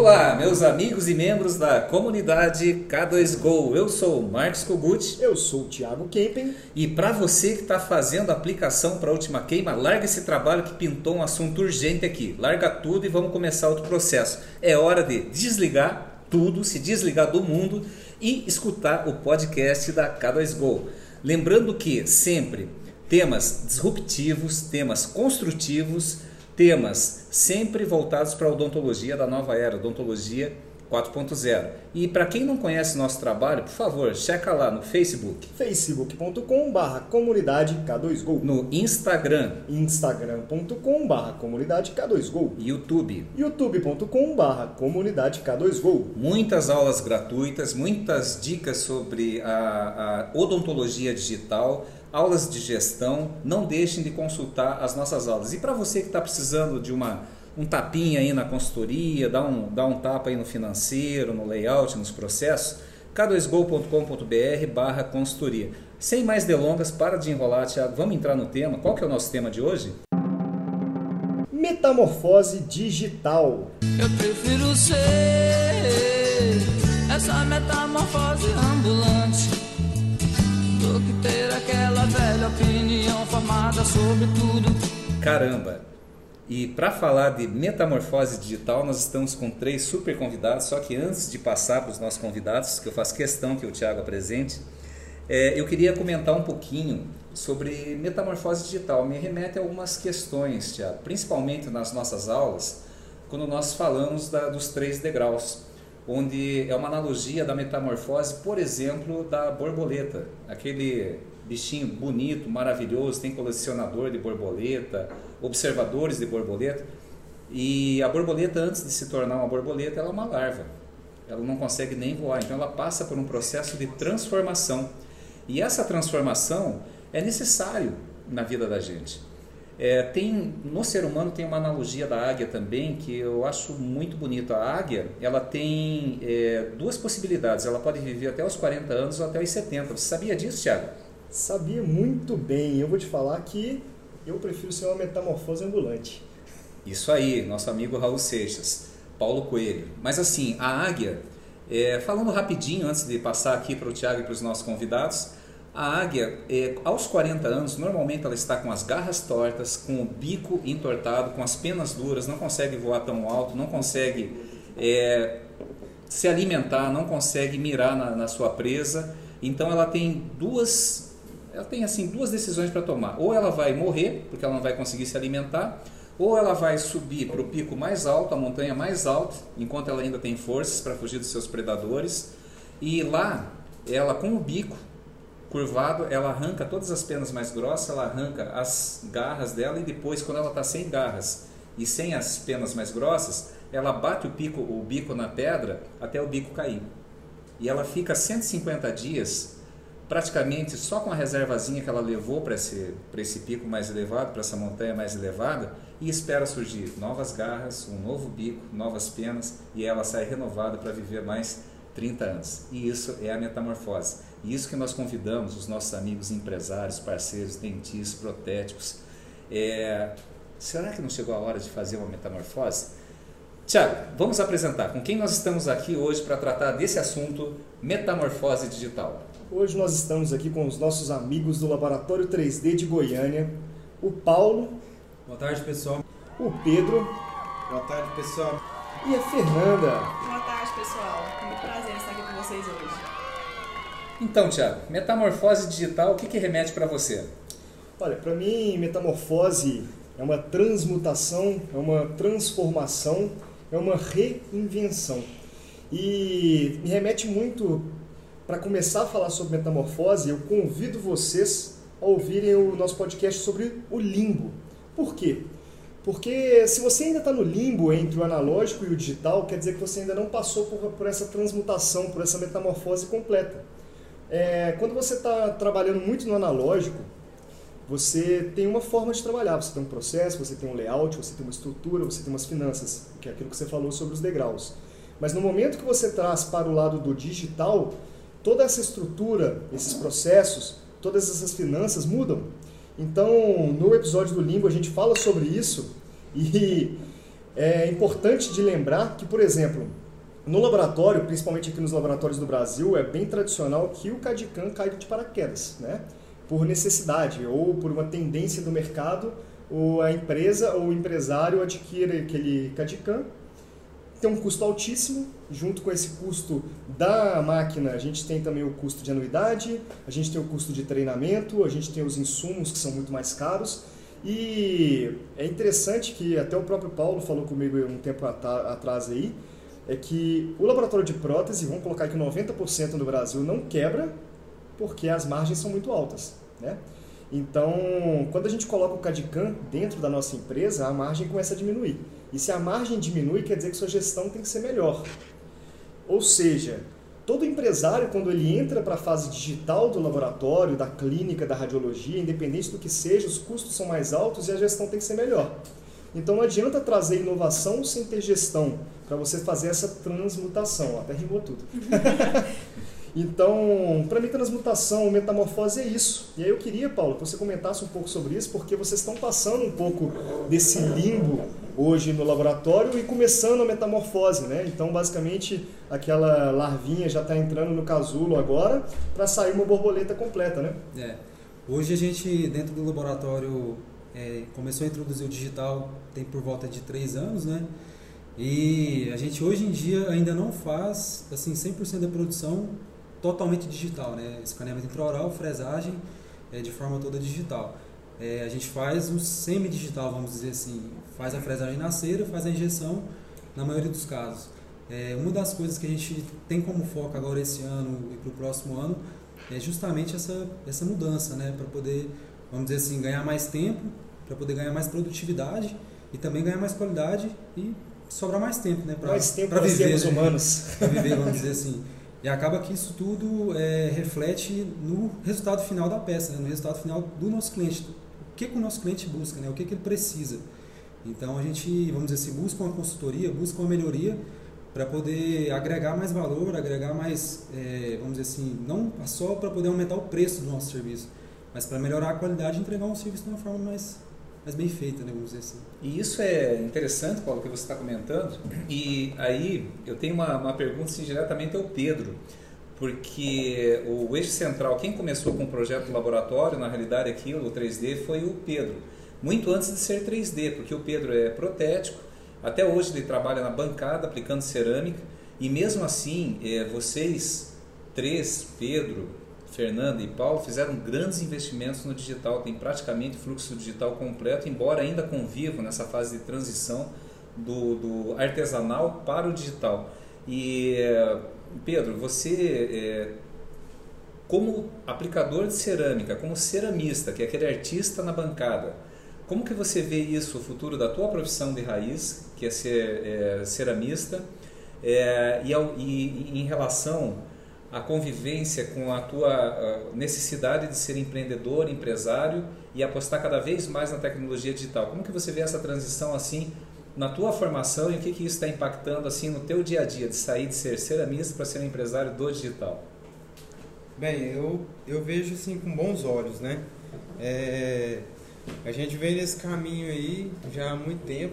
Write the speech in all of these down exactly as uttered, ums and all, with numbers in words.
Olá, meus amigos e membros da comunidade K dois Go. Eu sou o Marcos Kogut. Eu sou o Thiago Kempen. E para você que está fazendo a aplicação para a última queima, larga esse trabalho que pintou um assunto urgente aqui. Larga tudo e vamos começar outro processo. É hora de desligar tudo, se desligar do mundo e escutar o podcast da K dois Go. Lembrando que sempre temas disruptivos, temas construtivos, temas sempre voltados para a odontologia da nova era, odontologia quatro ponto zero. E para quem não conhece nosso trabalho, por favor, checa lá no Facebook. facebook ponto com barra comunidade K dois Go. No Instagram. instagram ponto com barra comunidade K dois Go. YouTube. youtube ponto com barra comunidade K dois Go. Muitas aulas gratuitas, muitas dicas sobre a, a odontologia digital, aulas de gestão. Não deixem de consultar as nossas aulas. E para você que está precisando de uma, um tapinha aí na consultoria, dá um, dá um tapa aí no financeiro, no layout, nos processos, k dois go ponto com ponto br barra consultoria. Sem mais delongas, para de enrolar, Thiago. Vamos entrar no tema. Qual que é o nosso tema de hoje? Metamorfose digital. Eu prefiro ser essa metamorfose ambulante do que ter aquela velha opinião formada sobre tudo. Caramba! E para falar de metamorfose digital, nós estamos com três super convidados, só que antes de passar para os nossos convidados, que eu faço questão que o Thiago apresente, é, eu queria comentar um pouquinho sobre metamorfose digital. Me remete a algumas questões, Thiago, principalmente nas nossas aulas, quando nós falamos da, dos três degraus, onde é uma analogia da metamorfose, por exemplo, da borboleta, aquele bichinho bonito, maravilhoso, tem colecionador de borboleta, observadores de borboleta, e a borboleta, antes de se tornar uma borboleta, ela é uma larva, ela não consegue nem voar, então ela passa por um processo de transformação, e essa transformação é necessário na vida da gente. É, tem, no ser humano tem uma analogia da águia também que eu acho muito bonito. A águia, ela tem é, duas possibilidades, ela pode viver até os quarenta anos ou até os setenta. Você sabia disso, Thiago? Sabia muito bem. Eu vou te falar que eu prefiro ser uma metamorfose ambulante. Isso aí, nosso amigo Raul Seixas, Paulo Coelho. Mas assim, a águia, é, falando rapidinho antes de passar aqui para o Thiago e para os nossos convidados, a águia, é, aos quarenta anos, normalmente ela está com as garras tortas, com o bico entortado, com as penas duras, não consegue voar tão alto, não consegue é, se alimentar, não consegue mirar na, na sua presa. Então ela tem duas, ela tem assim duas decisões para tomar. Ou ela vai morrer, porque ela não vai conseguir se alimentar, ou ela vai subir para o pico mais alto, a montanha mais alta, enquanto ela ainda tem forças para fugir dos seus predadores. E lá, ela com o bico curvado, ela arranca todas as penas mais grossas, ela arranca as garras dela e depois, quando ela está sem garras e sem as penas mais grossas, ela bate o, pico, o bico na pedra até o bico cair. E ela fica cento e cinquenta dias praticamente só com a reservazinha que ela levou para esse, para esse pico mais elevado, para essa montanha mais elevada, e espera surgir novas garras, um novo bico, novas penas, e ela sai renovada para viver mais trinta anos. E isso é a metamorfose. E isso que nós convidamos os nossos amigos empresários, parceiros, dentistas, protéticos. É... Será que não chegou a hora de fazer uma metamorfose? Tiago, vamos apresentar com quem nós estamos aqui hoje para tratar desse assunto, metamorfose digital. Hoje nós estamos aqui com os nossos amigos do Laboratório três D de Goiânia, o Paulo. Boa tarde, pessoal. O Pedro. Boa tarde, pessoal. E a Fernanda. Boa tarde, pessoal. É muito prazer estar aqui com vocês hoje. Então, Thiago, metamorfose digital, o que, que remete para você? Olha, para mim, metamorfose é uma transmutação, é uma transformação, é uma reinvenção. E me remete muito, para começar a falar sobre metamorfose, eu convido vocês a ouvirem o nosso podcast sobre o limbo. Por quê? Porque se você ainda está no limbo entre o analógico e o digital, quer dizer que você ainda não passou por, por essa transmutação, por essa metamorfose completa. É, quando você está trabalhando muito no analógico, você tem uma forma de trabalhar, você tem um processo, você tem um layout, você tem uma estrutura, você tem umas finanças, que é aquilo que você falou sobre os degraus. Mas no momento que você traz para o lado do digital, toda essa estrutura, esses processos, todas essas finanças mudam. Então, no episódio do Limbo a gente fala sobre isso e é importante de lembrar que, por exemplo, no laboratório, principalmente aqui nos laboratórios do Brasil, é bem tradicional que o CAD/CAM caia de paraquedas, né? Por necessidade ou por uma tendência do mercado, ou a empresa ou o empresário adquire aquele CAD/CAM, tem um custo altíssimo. Junto com esse custo da máquina, a gente tem também o custo de anuidade, a gente tem o custo de treinamento, a gente tem os insumos que são muito mais caros. E é interessante que até o próprio Paulo falou comigo um tempo atrás aí, é que o laboratório de prótese, vamos colocar que noventa por cento no Brasil não quebra porque as margens são muito altas, né? Então, quando a gente coloca o CAD/CAM dentro da nossa empresa, a margem começa a diminuir. E se a margem diminui, quer dizer que sua gestão tem que ser melhor. Ou seja, todo empresário, quando ele entra para a fase digital do laboratório, da clínica, da radiologia, independente do que seja, os custos são mais altos e a gestão tem que ser melhor. Então não adianta trazer inovação sem ter gestão, para você fazer essa transmutação. Até rimou tudo. Então, para mim, transmutação, metamorfose é isso. E aí eu queria, Paulo, que você comentasse um pouco sobre isso, porque vocês estão passando um pouco desse limbo hoje no laboratório e começando a metamorfose, né? Então, basicamente, aquela larvinha já está entrando no casulo agora para sair uma borboleta completa, né? É. Hoje a gente, dentro do laboratório, é, começou a introduzir o digital tem por volta de três anos, né? E a gente hoje em dia ainda não faz assim, cem por cento da produção totalmente digital, né? Escaneamento intraoral, fresagem, é, de forma toda digital. É, a gente faz um semi-digital, vamos dizer assim, faz a fresagem na cera, faz a injeção na maioria dos casos. É, uma das coisas que a gente tem como foco agora esse ano e para o próximo ano é justamente essa, essa mudança, né? Para poder, vamos dizer assim, ganhar mais tempo, para poder ganhar mais produtividade e também ganhar mais qualidade e sobrar mais tempo, né? Pra, mais tempo para viver, seres humanos. Para viver, vamos dizer assim. E acaba que isso tudo é, reflete no resultado final da peça, né? No resultado final do nosso cliente. O que, que o nosso cliente busca, né? O que, que ele precisa. Então a gente, vamos dizer assim, busca uma consultoria, busca uma melhoria para poder agregar mais valor, agregar mais, é, vamos dizer assim, não só para poder aumentar o preço do nosso serviço, mas para melhorar a qualidade e entregar um serviço de uma forma mais, mais bem feita, né? Vamos dizer assim. E isso é interessante, Paulo, que você está comentando. E aí eu tenho uma, uma pergunta assim, diretamente ao Pedro, porque o eixo central, quem começou com o projeto do laboratório, na realidade aquilo, o três D, foi o Pedro. Muito antes de ser três D, porque o Pedro é protético, até hoje ele trabalha na bancada aplicando cerâmica, e mesmo assim, é, vocês três, Pedro, Fernanda e Paulo, fizeram grandes investimentos no digital, tem praticamente fluxo digital completo, embora ainda convivam nessa fase de transição do, do artesanal para o digital. E Pedro, você, é, como aplicador de cerâmica, como ceramista, que é aquele artista na bancada, como que você vê isso, o futuro da tua profissão de raiz, que é ser é, ceramista, é, e, ao, e em relação a convivência com a tua necessidade de ser empreendedor, empresário e apostar cada vez mais na tecnologia digital? Como que você vê essa transição assim na tua formação e o que que isso está impactando assim no teu dia a dia de sair de ser ceramista para ser um empresário do digital? Bem, eu, eu vejo assim com bons olhos, né? É, a gente vem nesse caminho aí já há muito tempo.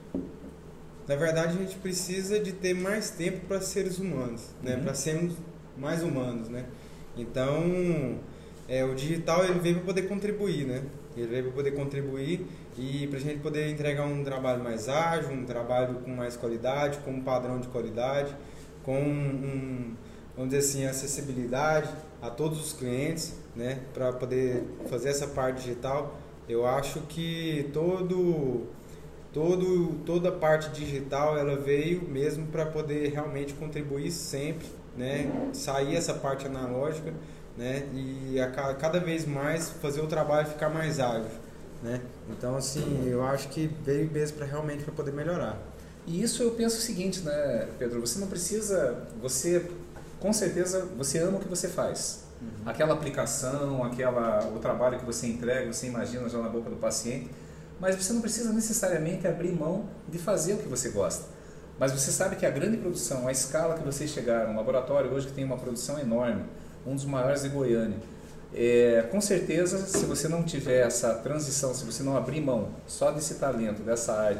Na verdade, a gente precisa de ter mais tempo para seres humanos, né? Uhum. Para sermos mais humanos, né? Então, é, o digital ele veio para poder contribuir, né? Ele veio para poder contribuir e para a gente poder entregar um trabalho mais ágil, um trabalho com mais qualidade, com um padrão de qualidade, com um, vamos dizer assim, acessibilidade a todos os clientes, né? Para poder fazer essa parte digital. Eu acho que todo, todo, toda a parte digital ela veio mesmo para poder realmente contribuir sempre, né? Sair essa parte analógica, né? E a cada vez mais fazer o trabalho ficar mais ágil, né? Então assim, eu acho que veio mesmo para realmente para poder melhorar. E isso eu penso o seguinte, né, Pedro? Você não precisa, você com certeza você ama o que você faz. Uhum. Aquela aplicação, aquela, o trabalho que você entrega, você imagina já na boca do paciente, mas você não precisa necessariamente abrir mão de fazer o que você gosta. Mas você sabe que a grande produção, a escala que vocês chegaram, um laboratório hoje que tem uma produção enorme, um dos maiores de Goiânia, é, com certeza, se você não tiver essa transição, se você não abrir mão só desse talento, dessa arte,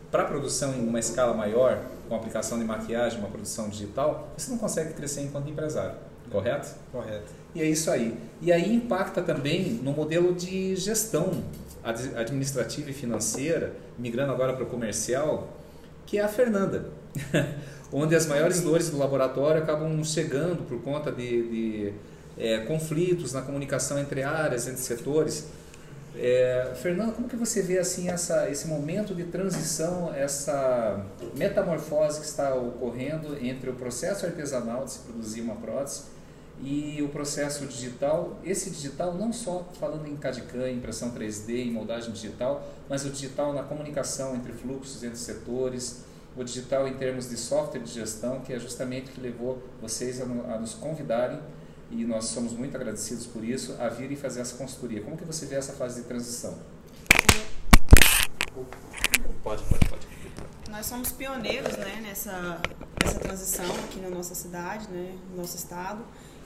para produção em uma escala maior, com aplicação de maquiagem, uma produção digital, você não consegue crescer enquanto empresário, correto? Correto. E é isso aí. E aí impacta também no modelo de gestão administrativa e financeira, migrando agora para o comercial, que é a Fernanda, onde as maiores dores do laboratório acabam chegando por conta de, de é, conflitos na comunicação entre áreas, entre setores. É, Fernanda, como que você vê assim, essa, esse momento de transição, essa metamorfose que está ocorrendo entre o processo artesanal de se produzir uma prótese e o processo digital, esse digital não só falando em C A D C A M, impressão três D, em moldagem digital, mas o digital na comunicação entre fluxos, entre setores, o digital em termos de software de gestão, que é justamente o que levou vocês a, a nos convidarem, e nós somos muito agradecidos por isso, a vir e fazer essa consultoria. Como que você vê essa fase de transição? Pode, pode, pode. Nós somos pioneiros, né, nessa, nessa transição aqui na nossa cidade, né, no nosso estado.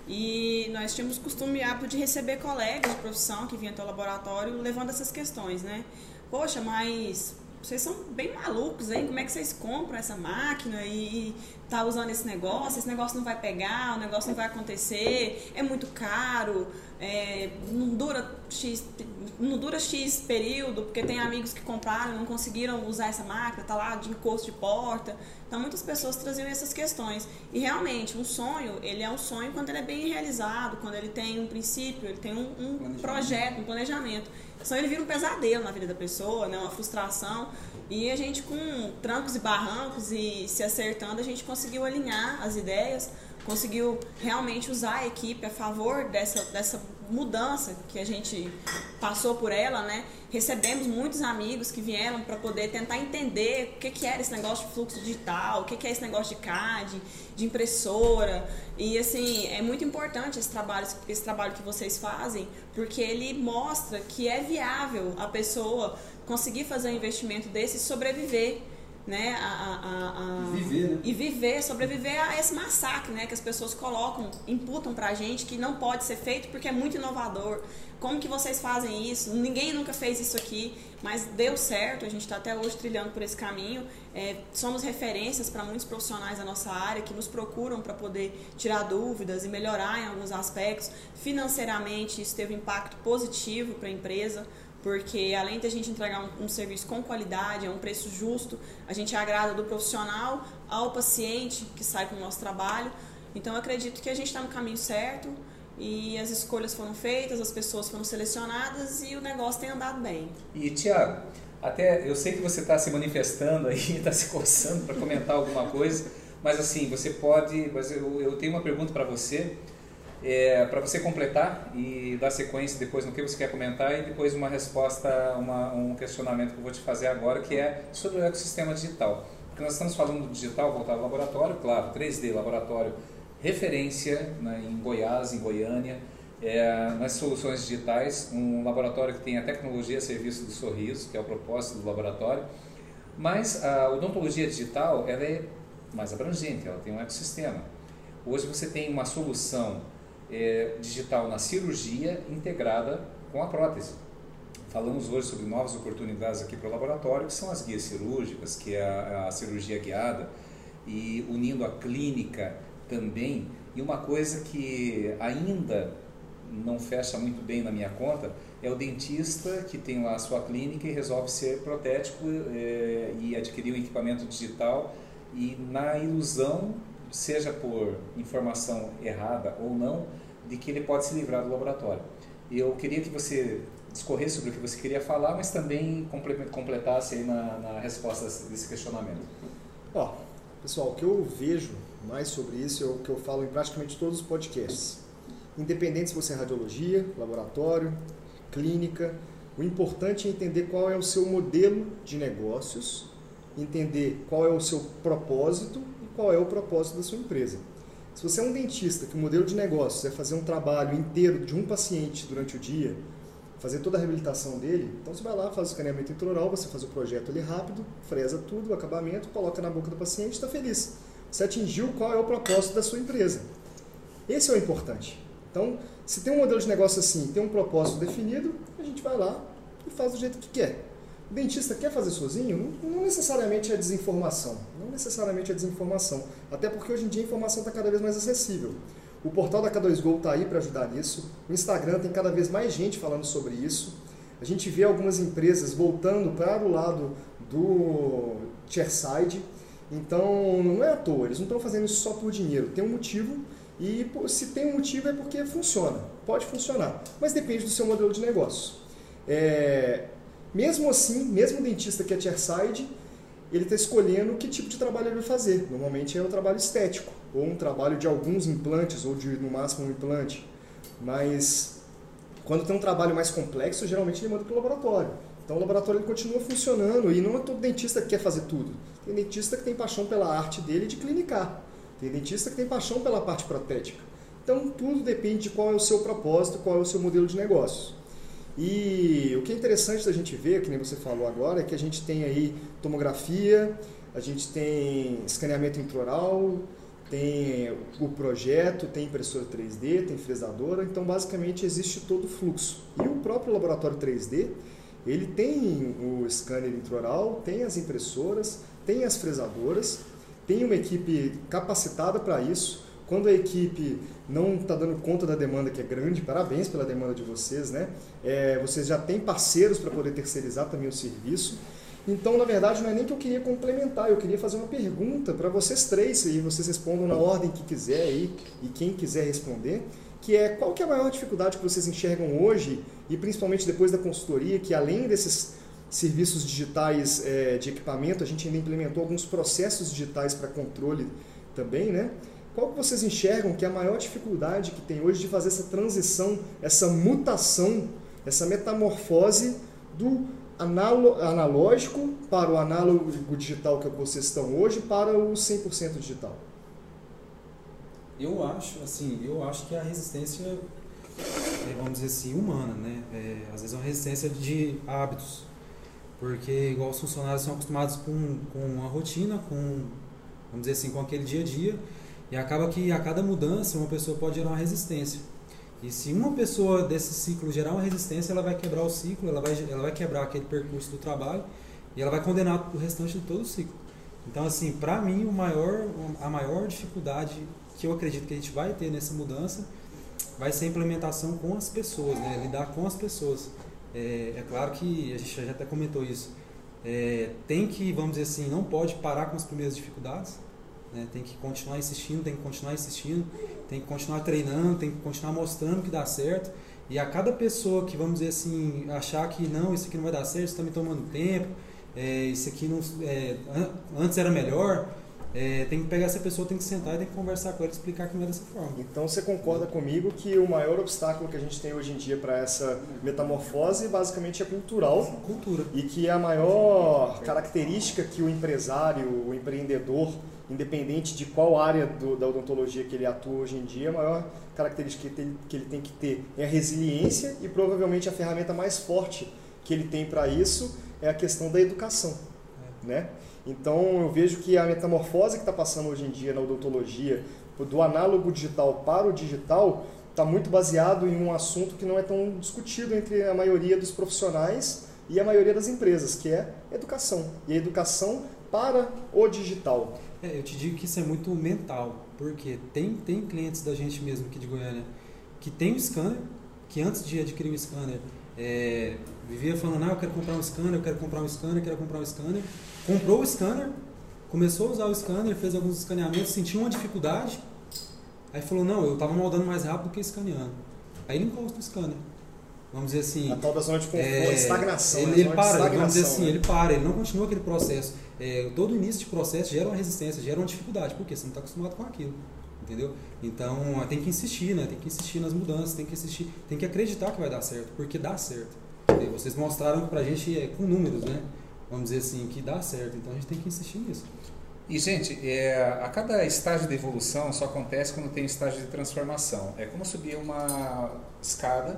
E nós tínhamos costume e hábito de receber colegas de profissão que vinham até o laboratório levando essas questões, né? Poxa, mas vocês são bem malucos, hein? Como é que vocês compram essa máquina e tá usando esse negócio? Esse negócio não vai pegar, o negócio não vai acontecer, é muito caro, é, não dura X, não dura X período, porque tem amigos que compraram e não conseguiram usar essa máquina, tá lá de encosto de porta. Então muitas pessoas traziam essas questões. E realmente, um sonho, ele é um sonho quando ele é bem realizado, quando ele tem um princípio, ele tem um, um projeto, um planejamento. Senão ele vira um pesadelo na vida da pessoa, né? Uma frustração. E a gente, com trancos e barrancos e se acertando, a gente conseguiu alinhar as ideias, conseguiu realmente usar a equipe a favor dessa, dessa mudança que a gente passou por ela, né? Recebemos muitos amigos que vieram para poder tentar entender o que, que era esse negócio de fluxo digital, o que, que é esse negócio de C A D, de impressora. E assim, é muito importante esse trabalho, esse trabalho que vocês fazem, porque ele mostra que é viável a pessoa conseguir fazer um investimento desse e sobreviver, né, a, a, a, e viver, né? E viver, sobreviver a esse massacre, né, que as pessoas colocam, imputam pra gente que não pode ser feito porque é muito inovador. Como que vocês fazem isso? Ninguém nunca fez isso aqui, mas deu certo, a gente está até hoje trilhando por esse caminho. É, somos referências para muitos profissionais da nossa área que nos procuram para poder tirar dúvidas e melhorar em alguns aspectos. Financeiramente, isso teve um impacto positivo para a empresa, porque além de a gente entregar um, um serviço com qualidade, a um preço justo, a gente agrada do profissional ao paciente que sai com o nosso trabalho. Então eu acredito que a gente está no caminho certo e as escolhas foram feitas, as pessoas foram selecionadas e o negócio tem andado bem. E Tiago, até eu sei que você está se manifestando aí, está se coçando para comentar alguma coisa, mas assim, você pode, mas eu, eu tenho uma pergunta para você, É, para você completar e dar sequência depois no que você quer comentar e depois uma resposta, uma, um questionamento que eu vou te fazer agora, que é sobre o ecossistema digital. Porque nós estamos falando do digital voltado ao laboratório, claro, três D, laboratório referência, né, em Goiás, em Goiânia, é, nas soluções digitais, um laboratório que tem a tecnologia a serviço do sorriso, que é o propósito do laboratório, mas a odontologia digital ela é mais abrangente, ela tem um ecossistema. Hoje você tem uma solução É, digital na cirurgia integrada com a prótese. Falamos hoje sobre novas oportunidades aqui para o laboratório, que são as guias cirúrgicas, que é a, a cirurgia guiada, e unindo a clínica também. E uma coisa que ainda não fecha muito bem na minha conta é o dentista que tem lá a sua clínica e resolve ser protético é, e adquirir um equipamento digital e na ilusão, seja por informação errada ou não, de que ele pode se livrar do laboratório. Eu queria que você discorresse sobre o que você queria falar, mas também completasse aí na, na resposta desse questionamento. Ó, pessoal, o que eu vejo mais sobre isso é o que eu falo em praticamente todos os podcasts. Independente se você é radiologia, laboratório, clínica, o importante é entender qual é o seu modelo de negócios, entender qual é o seu propósito, qual é o propósito da sua empresa. Se você é um dentista que o modelo de negócio é fazer um trabalho inteiro de um paciente durante o dia, fazer toda a reabilitação dele, então você vai lá, faz o escaneamento intraoral, você faz o projeto ali rápido, fresa tudo, o acabamento, coloca na boca do paciente e está feliz. Você atingiu qual é o propósito da sua empresa. Esse é o importante. Então, se tem um modelo de negócio assim, tem um propósito definido, a gente vai lá e faz do jeito que quer. O dentista quer fazer sozinho? Não, não necessariamente é desinformação. Não necessariamente é desinformação. Até porque hoje em dia a informação está cada vez mais acessível. O portal da K dois Go está aí para ajudar nisso. O Instagram tem cada vez mais gente falando sobre isso. A gente vê algumas empresas voltando para o lado do chairside. Então, não é à toa. Eles não estão fazendo isso só por dinheiro. Tem um motivo e se tem um motivo é porque funciona. Pode funcionar. Mas depende do seu modelo de negócio. É... Mesmo assim, mesmo o dentista que é chairside, ele está escolhendo que tipo de trabalho ele vai fazer. Normalmente é um trabalho estético, ou um trabalho de alguns implantes, ou de no máximo um implante. Mas quando tem um trabalho mais complexo, geralmente ele manda para o laboratório. Então o laboratório ele continua funcionando e não é todo dentista que quer fazer tudo. Tem dentista que tem paixão pela arte dele de clinicar. Tem dentista que tem paixão pela parte protética. Então tudo depende de qual é o seu propósito, qual é o seu modelo de negócios. E o que é interessante da gente ver, que nem você falou agora, é que a gente tem aí tomografia, a gente tem escaneamento intraoral, tem o projeto, tem impressora três D, tem fresadora, então basicamente existe todo o fluxo. E o próprio laboratório três D, ele tem o scanner intraoral, tem as impressoras, tem as fresadoras, tem uma equipe capacitada para isso. Quando a equipe não está dando conta da demanda, que é grande, parabéns pela demanda de vocês, né? É, vocês já têm parceiros para poder terceirizar também o serviço. Então, na verdade, não é nem que eu queria complementar, eu queria fazer uma pergunta para vocês três, e vocês respondam na ordem que quiser aí, e quem quiser responder, que é qual que é a maior dificuldade que vocês enxergam hoje, e principalmente depois da consultoria, que além desses serviços digitais é, de equipamento, a gente ainda implementou alguns processos digitais para controle também, né? Qual que vocês enxergam que é a maior dificuldade que tem hoje de fazer essa transição, essa mutação, essa metamorfose do analógico para o análogo digital que vocês estão hoje para o cem por cento digital? Eu acho, assim, eu acho que a resistência, é, vamos dizer assim, humana, né? É, às vezes é uma resistência de hábitos, porque igual os funcionários são acostumados com, com a rotina, com, vamos dizer assim, com aquele dia a dia, e acaba que a cada mudança uma pessoa pode gerar uma resistência. E se uma pessoa desse ciclo gerar uma resistência, ela vai quebrar o ciclo, ela vai, ela vai quebrar aquele percurso do trabalho e ela vai condenar o restante de todo o ciclo. Então, assim, para mim, o maior, a maior dificuldade que eu acredito que a gente vai ter nessa mudança vai ser a implementação com as pessoas, né? Lidar com as pessoas. É, é claro que a gente já até comentou isso. É, tem que, vamos dizer assim, não pode parar com as primeiras dificuldades. Né? Tem que continuar insistindo, tem que continuar insistindo, tem que continuar treinando, tem que continuar mostrando que dá certo. E a cada pessoa que, vamos dizer assim, achar que não, isso aqui não vai dar certo, isso está me tomando tempo, é, isso aqui não, é, antes era melhor, é, tem que pegar essa pessoa, tem que sentar e tem que conversar com ela e explicar que não é dessa forma. Então você concorda comigo que o maior obstáculo que a gente tem hoje em dia para essa metamorfose basicamente é cultural? Cultura. E que a maior característica que o empresário, o empreendedor, independente de qual área do, da odontologia que ele atua hoje em dia, a maior característica que ele, que ele tem que ter é a resiliência e provavelmente a ferramenta mais forte que ele tem para isso é a questão da educação. É. Né? Então eu vejo que a metamorfose que está passando hoje em dia na odontologia, do análogo digital para o digital, está muito baseado em um assunto que não é tão discutido entre a maioria dos profissionais e a maioria das empresas, que é educação. E a educação para o digital. É, eu te digo que isso é muito mental, porque tem, tem clientes da gente mesmo aqui de Goiânia que tem um scanner, que antes de adquirir um scanner, é, vivia falando, ah, eu quero comprar um scanner, eu quero comprar um scanner, eu quero comprar um scanner. Comprou o scanner, começou a usar o scanner, fez alguns escaneamentos, sentiu uma dificuldade, aí falou, não, eu estava moldando mais rápido do que escaneando. Aí ele encosta o scanner. Vamos dizer assim... A tal da zona de conforto, é, estagnação. Ele, né? ele para, vamos dizer assim, né? ele para, ele não continua aquele processo. É, todo início de processo gera uma resistência, gera uma dificuldade, porque você não está acostumado com aquilo, entendeu? Então tem que insistir, né? Tem que insistir nas mudanças, tem que insistir, tem que acreditar que vai dar certo, porque dá certo. Entendeu? Vocês mostraram pra gente é, com números, né? Vamos dizer assim, que dá certo, então a gente tem que insistir nisso. E, gente, é, a cada estágio de evolução só acontece quando tem estágio de transformação. É como subir uma escada.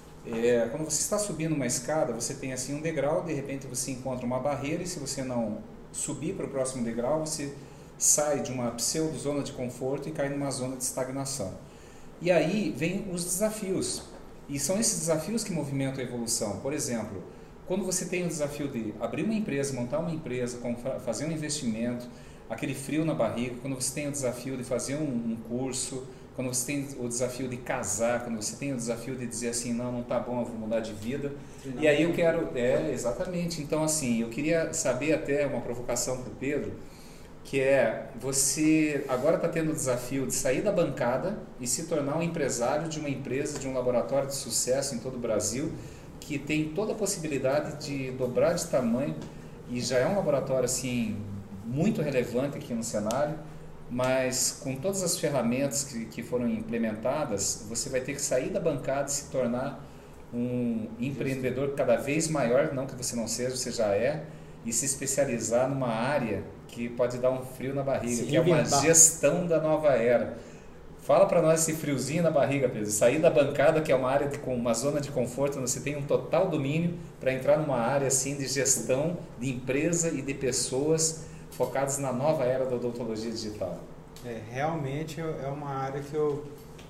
É, quando você está subindo uma escada, você tem assim um degrau, de repente você encontra uma barreira e se você não subir para o próximo degrau, você sai de uma pseudo zona de conforto e cai numa zona de estagnação. E aí vem os desafios. E são esses desafios que movimentam a evolução. Por exemplo, quando você tem o desafio de abrir uma empresa, montar uma empresa, fazer um investimento, aquele frio na barriga, quando você tem o desafio de fazer um, um curso, quando você tem o desafio de casar, quando você tem o desafio de dizer assim, não, não tá bom, eu vou mudar de vida. E aí eu quero, é, exatamente, então assim, eu queria saber até uma provocação para o Pedro, que é, você agora está tendo o desafio de sair da bancada e se tornar um empresário de uma empresa, de um laboratório de sucesso em todo o Brasil, que tem toda a possibilidade de dobrar de tamanho e já é um laboratório assim, muito relevante aqui no cenário, mas com todas as ferramentas que, que foram implementadas, você vai ter que sair da bancada e se tornar um empreendedor cada vez maior, não que você não seja, você já é, e se especializar numa área que pode dar um frio na barriga, se que é uma inventar. gestão da nova era. Fala para nós esse friozinho na barriga, Pedro. Sair da bancada, que é uma área de, com uma zona de conforto, onde você tem um total domínio, para entrar numa área assim de gestão de empresa e de pessoas focadas na nova era da odontologia digital. É, realmente é uma área que eu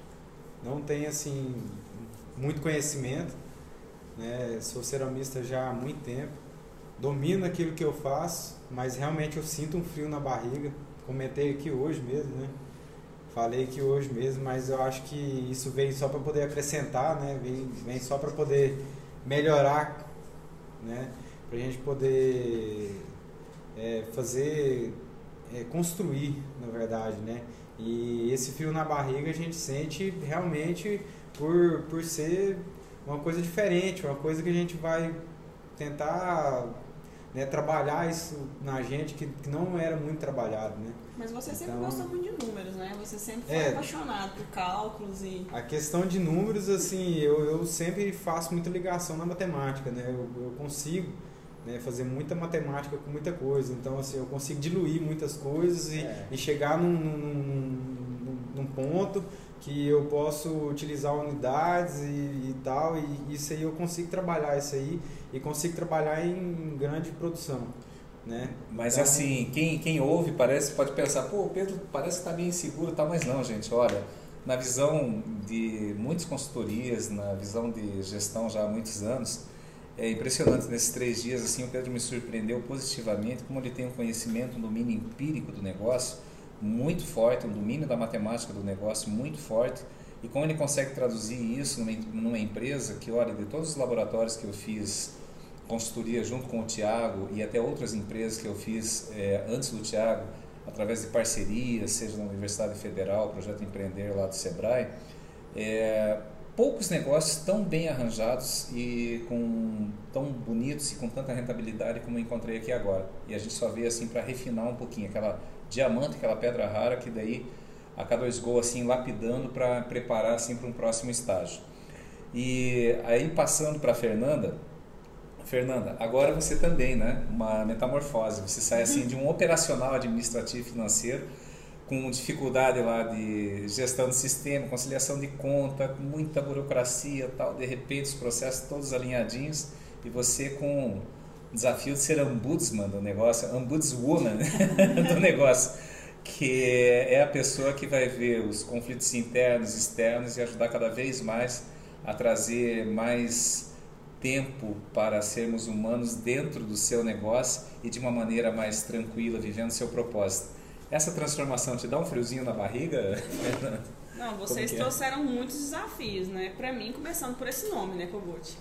não tenho assim muito conhecimento, né? Sou ceramista já há muito tempo, domino aquilo que eu faço, mas realmente eu sinto um frio na barriga. Comentei aqui hoje mesmo, né? Falei aqui hoje mesmo, mas eu acho que isso vem só para poder acrescentar, né? Vem, vem só para poder melhorar, né? Para a gente poder é, fazer, é, construir, na verdade, né? E esse frio na barriga a gente sente realmente por, por ser uma coisa diferente, uma coisa que a gente vai tentar, né, trabalhar isso na gente que, que não era muito trabalhado, né? Mas você sempre Então, gostou muito de números, né? Você sempre foi é, apaixonado por cálculos e... A questão de números, assim, eu, eu sempre faço muita ligação na matemática, né? Eu, eu consigo, né, fazer muita matemática com muita coisa. Então, assim, eu consigo diluir muitas coisas e, É. e chegar num, num, num, num ponto que eu posso utilizar unidades e, e tal. E isso aí eu consigo trabalhar isso aí e consigo trabalhar em, em grande produção, né? Mas Então, assim, quem, quem ouve parece, pode pensar, pô, o Pedro parece que está bem inseguro, tá? Mas não, gente, olha, na visão de muitas consultorias, na visão de gestão já há muitos anos, é impressionante, nesses três dias, assim, o Pedro me surpreendeu positivamente, como ele tem um conhecimento, um domínio empírico do negócio muito forte, um domínio da matemática do negócio muito forte, e como ele consegue traduzir isso numa, numa empresa que, olha, de todos os laboratórios que eu fiz consultoria junto com o Thiago e até outras empresas que eu fiz é, antes do Thiago, através de parcerias, seja na Universidade Federal, Projeto Empreender lá do Sebrae, é, poucos negócios tão bem arranjados e com, tão bonitos e com tanta rentabilidade como eu encontrei aqui agora. E a gente só veio assim para refinar um pouquinho, aquela diamante, aquela pedra rara que daí a K dois Go assim lapidando para preparar assim para um próximo estágio. E aí passando para a Fernanda, Fernanda, agora você também, né? Uma metamorfose. Você sai assim de um operacional administrativo financeiro com dificuldade lá de gestão de sistema, conciliação de conta, muita burocracia, tal. De repente os processos todos alinhadinhos e você com o desafio de ser ombudsman do negócio, ombudswoman do negócio, que é a pessoa que vai ver os conflitos internos, externos e ajudar cada vez mais a trazer mais tempo para sermos humanos dentro do seu negócio e de uma maneira mais tranquila, vivendo seu propósito. Essa transformação te dá um friozinho na barriga, Fernanda? Não, vocês trouxeram muitos desafios, né? Pra mim, começando por esse nome, né, Kogut?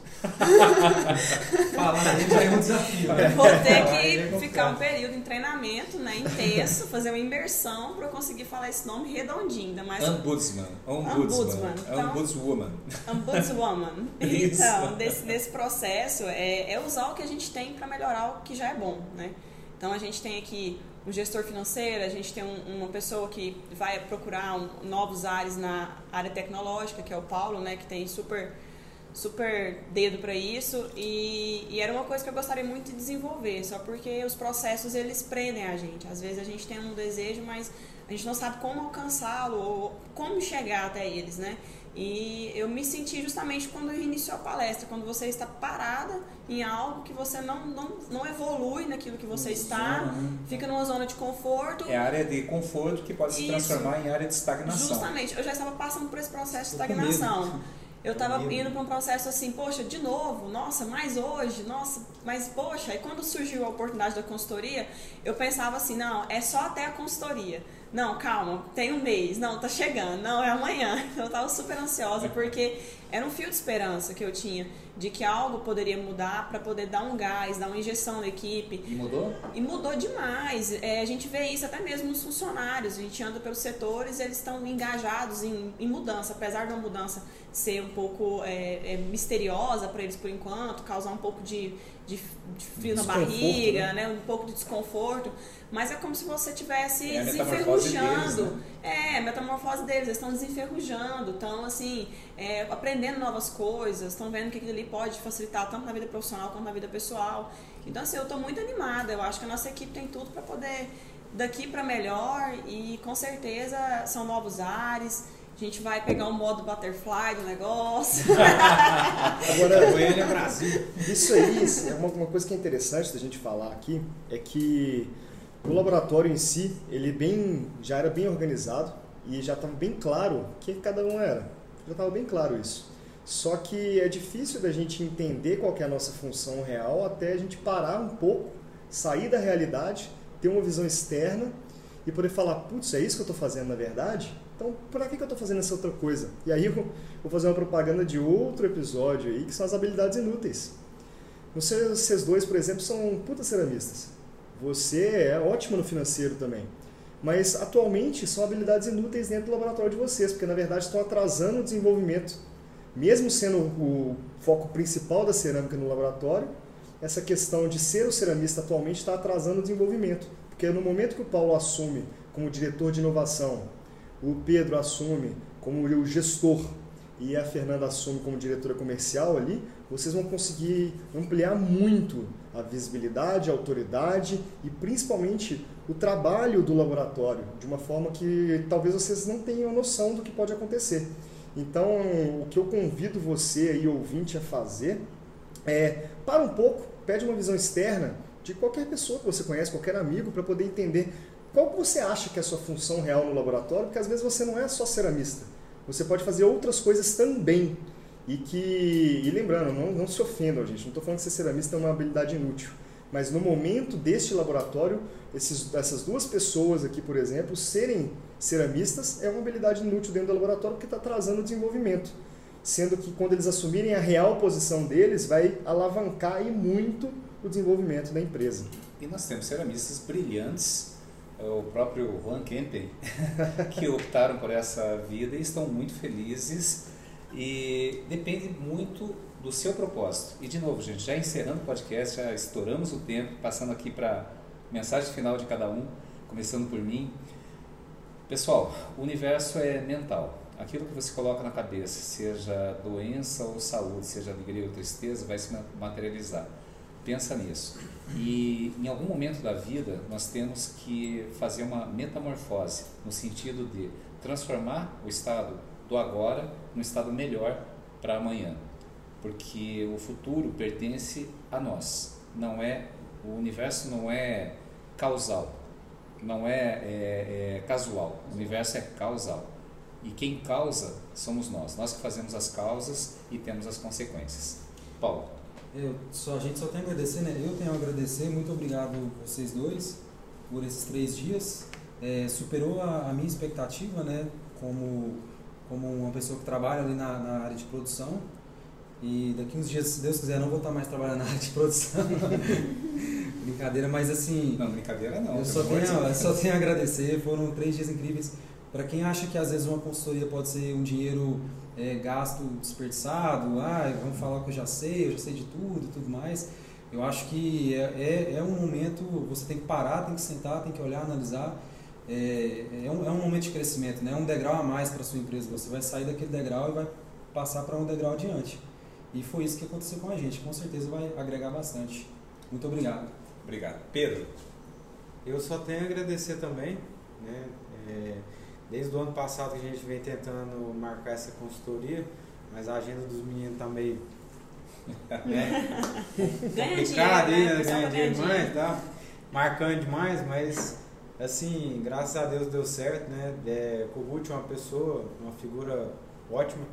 Falar aí já é um desafio, né? Vou ter que ficar um período em treinamento, né, intenso, fazer uma imersão para eu conseguir falar esse nome redondinho, ainda mais... Ombudsman. Ombudsman. Ombudsman. Então, Ombudswoman. Ombudswoman. Isso. Então, desse, nesse processo, é, é usar o que a gente tem para melhorar o que já é bom, né? Então, a gente tem aqui um gestor financeiro, a gente tem um, uma pessoa que vai procurar um, novos áreas na área tecnológica, que é o Paulo, né, que tem super, super dedo para isso, e, e era uma coisa que eu gostaria muito de desenvolver, só porque os processos, eles prendem a gente. Às vezes a gente tem um desejo, mas a gente não sabe como alcançá-lo ou como chegar até eles, né? E eu me senti justamente quando iniciou a palestra, quando você está parada em algo que você não, não, não evolui naquilo que você está, fica numa zona de conforto. É a área de conforto que pode se Isso. transformar em área de estagnação. Justamente, eu já estava passando por esse processo de estagnação. Eu tava indo para um processo assim, poxa, de novo, nossa, mais hoje, nossa, mas poxa, aí quando surgiu a oportunidade da consultoria, eu pensava assim, não, é só até a consultoria. Não, calma, tem um mês, não, tá chegando, não, é amanhã. Então eu tava super ansiosa, porque era um fio de esperança que eu tinha de que algo poderia mudar para poder dar um gás, dar uma injeção na equipe. E mudou? E mudou demais. É, a gente vê isso até mesmo nos funcionários. A gente anda pelos setores, eles estão engajados em, em mudança, apesar de uma mudança ser um pouco é, é, misteriosa para eles por enquanto, causar um pouco de, de, de frio na barriga, né? Um pouco de desconforto, mas é como se você estivesse é desenferrujando. Deles, né? É, a metamorfose deles, eles estão desenferrujando, estão assim, é, aprendendo novas coisas, estão vendo que aquilo ali pode facilitar tanto na vida profissional quanto na vida pessoal. Então assim, eu estou muito animada, eu acho que a nossa equipe tem tudo para poder daqui para melhor e com certeza são novos ares. A gente vai pegar o modo butterfly do negócio. Agora, Goiânia, Brasil. Isso aí, é uma, uma coisa que é interessante da gente falar aqui, é que o laboratório em si, ele bem, já era bem organizado e já estava bem claro o que cada um era. Já estava bem claro isso. Só que é difícil da gente entender qual que é a nossa função real até a gente parar um pouco, sair da realidade, ter uma visão externa e poder falar, putz, é isso que eu estou fazendo na verdade? Então, por que eu estou fazendo essa outra coisa? E aí eu vou fazer uma propaganda de outro episódio aí, que são as habilidades inúteis. Vocês dois, por exemplo, são putas ceramistas. Você é ótimo no financeiro também. Mas, atualmente, são habilidades inúteis dentro do laboratório de vocês, porque, na verdade, estão atrasando o desenvolvimento. Mesmo sendo o foco principal da cerâmica no laboratório, essa questão de ser o ceramista atualmente está atrasando o desenvolvimento. Porque no momento que o Paulo assume como diretor de inovação, o Pedro assume como o gestor e a Fernanda assume como diretora comercial ali, vocês vão conseguir ampliar muito a visibilidade, a autoridade e principalmente o trabalho do laboratório, de uma forma que talvez vocês não tenham noção do que pode acontecer. Então, o que eu convido você aí, ouvinte, a fazer é, para um pouco, pede uma visão externa de qualquer pessoa que você conhece, qualquer amigo, para poder entender qual você acha que é a sua função real no laboratório, porque às vezes você não é só ceramista. Você pode fazer outras coisas também. E que, e lembrando, não, não se ofendam, gente, não estou falando que ser ceramista é uma habilidade inútil. Mas no momento deste laboratório, esses, essas duas pessoas aqui, por exemplo, serem ceramistas é uma habilidade inútil dentro do laboratório porque está atrasando o desenvolvimento. Sendo que quando eles assumirem a real posição deles, vai alavancar e muito o desenvolvimento da empresa. E nós temos ceramistas brilhantes, o próprio Juan Kempen, que optaram por essa vida e estão muito felizes, e depende muito do seu propósito. E de novo, gente, já encerrando o podcast, já estouramos o tempo, passando aqui para a mensagem final de cada um, começando por mim. Pessoal, o universo é mental. Aquilo que você coloca na cabeça, seja doença ou saúde, seja alegria ou tristeza, vai se materializar. Pensa nisso. E em algum momento da vida nós temos que fazer uma metamorfose, no sentido de transformar o estado do agora num estado melhor para amanhã. Porque o futuro pertence a nós. Não é, o universo não é causal, não é, é, é casual. O universo é causal. E quem causa somos nós. Nós que fazemos as causas e temos as consequências. Paulo. Eu, só, a gente só tem a agradecer, né? Eu tenho a agradecer, muito obrigado vocês dois por esses três dias. É, superou a, a minha expectativa, né? Como, como uma pessoa que trabalha ali na, na área de produção. E daqui uns dias, se Deus quiser, eu não vou estar mais trabalhando na área de produção. Brincadeira, mas assim... Não, brincadeira não. Eu só tenho, eu só tenho a agradecer, foram três dias incríveis. Para quem acha que às vezes uma consultoria pode ser um dinheiro é, gasto desperdiçado, ah, vamos falar que eu já sei, eu já sei de tudo e tudo mais, eu acho que é, é, é um momento, você tem que parar, tem que sentar, tem que olhar, analisar, é, é, um, é um momento de crescimento, né? É um degrau a mais para a sua empresa, você vai sair daquele degrau e vai passar para um degrau adiante. E foi isso que aconteceu com a gente, com certeza vai agregar bastante. Muito obrigado. Obrigado. Pedro? Eu só tenho a agradecer também, né? É, desde o ano passado que a gente vem tentando marcar essa consultoria, mas a agenda dos meninos tá meio né, complicada, né? Ganha dinheiro demais, tá? Marcando demais, mas assim, graças a Deus deu certo, né? É, Kogut é uma pessoa, uma figura ótima,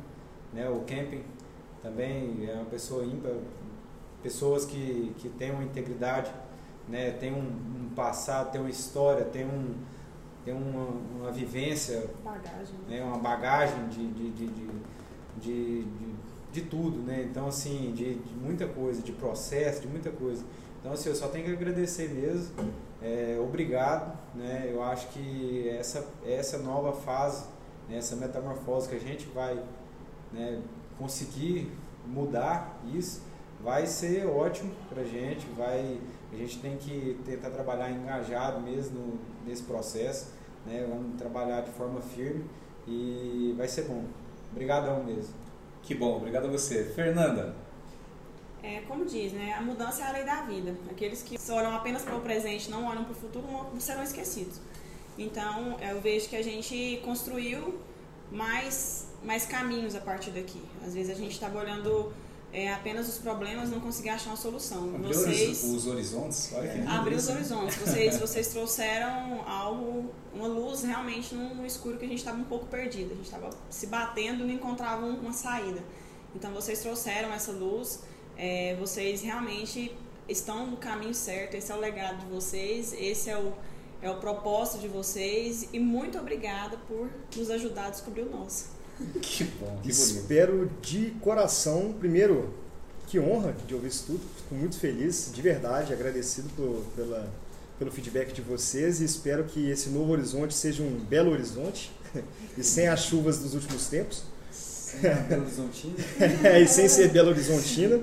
né? O camping também é uma pessoa ímpar, pessoas que, que têm uma integridade, né? Tem um, um passado, tem uma história, tem, um, tem uma, uma vivência, bagagem, né? Uma bagagem de, de, de, de, de, de, de tudo, né? Então, assim, de, de muita coisa, de processo, de muita coisa. Então, assim, eu só tenho que agradecer mesmo, é, obrigado, né? Eu acho que essa, essa nova fase, né? Essa metamorfose que a gente vai, né, conseguir mudar isso, vai ser ótimo pra gente, vai, a gente tem que tentar trabalhar engajado mesmo nesse processo, né? Vamos trabalhar de forma firme e vai ser bom. Obrigadão mesmo. Que bom, obrigado a você. Fernanda. É, como diz, né, a mudança é a lei da vida. Aqueles que olham apenas para o presente, não olham para o futuro, não serão esquecidos. Então, eu vejo que a gente construiu mais, mais caminhos a partir daqui. Às vezes a gente estava olhando é, apenas os problemas, não conseguia achar uma solução. Abriu vocês, os, os horizontes? Olha que lindo. Abriu os horizontes. Vocês, vocês trouxeram algo, uma luz realmente no, no escuro que a gente estava um pouco perdido. A gente estava se batendo e não encontrava uma saída. Então, vocês trouxeram essa luz. É, vocês realmente estão no caminho certo, esse é o legado de vocês, esse é o, é o propósito de vocês e muito obrigada por nos ajudar a descobrir o nosso. Que bom, que bonito. Espero de coração, primeiro, que honra de ouvir isso tudo, fico muito feliz, de verdade, agradecido por, pela, pelo feedback de vocês e espero que esse novo horizonte seja um belo horizonte e sem as chuvas dos últimos tempos. Belo Horizontina. É, e sem ser Belo Horizontina,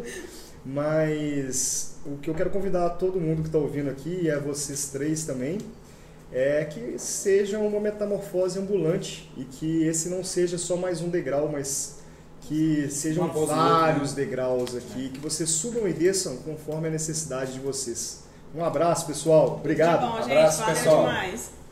mas o que eu quero convidar todo mundo que está ouvindo aqui, e a vocês três também, é que seja uma metamorfose ambulante e que esse não seja só mais um degrau, mas que sejam vários degraus aqui, que vocês subam e desçam conforme a necessidade de vocês. Um abraço, pessoal. Obrigado. Muito bom, gente. Abraço, Valeu pessoal. demais.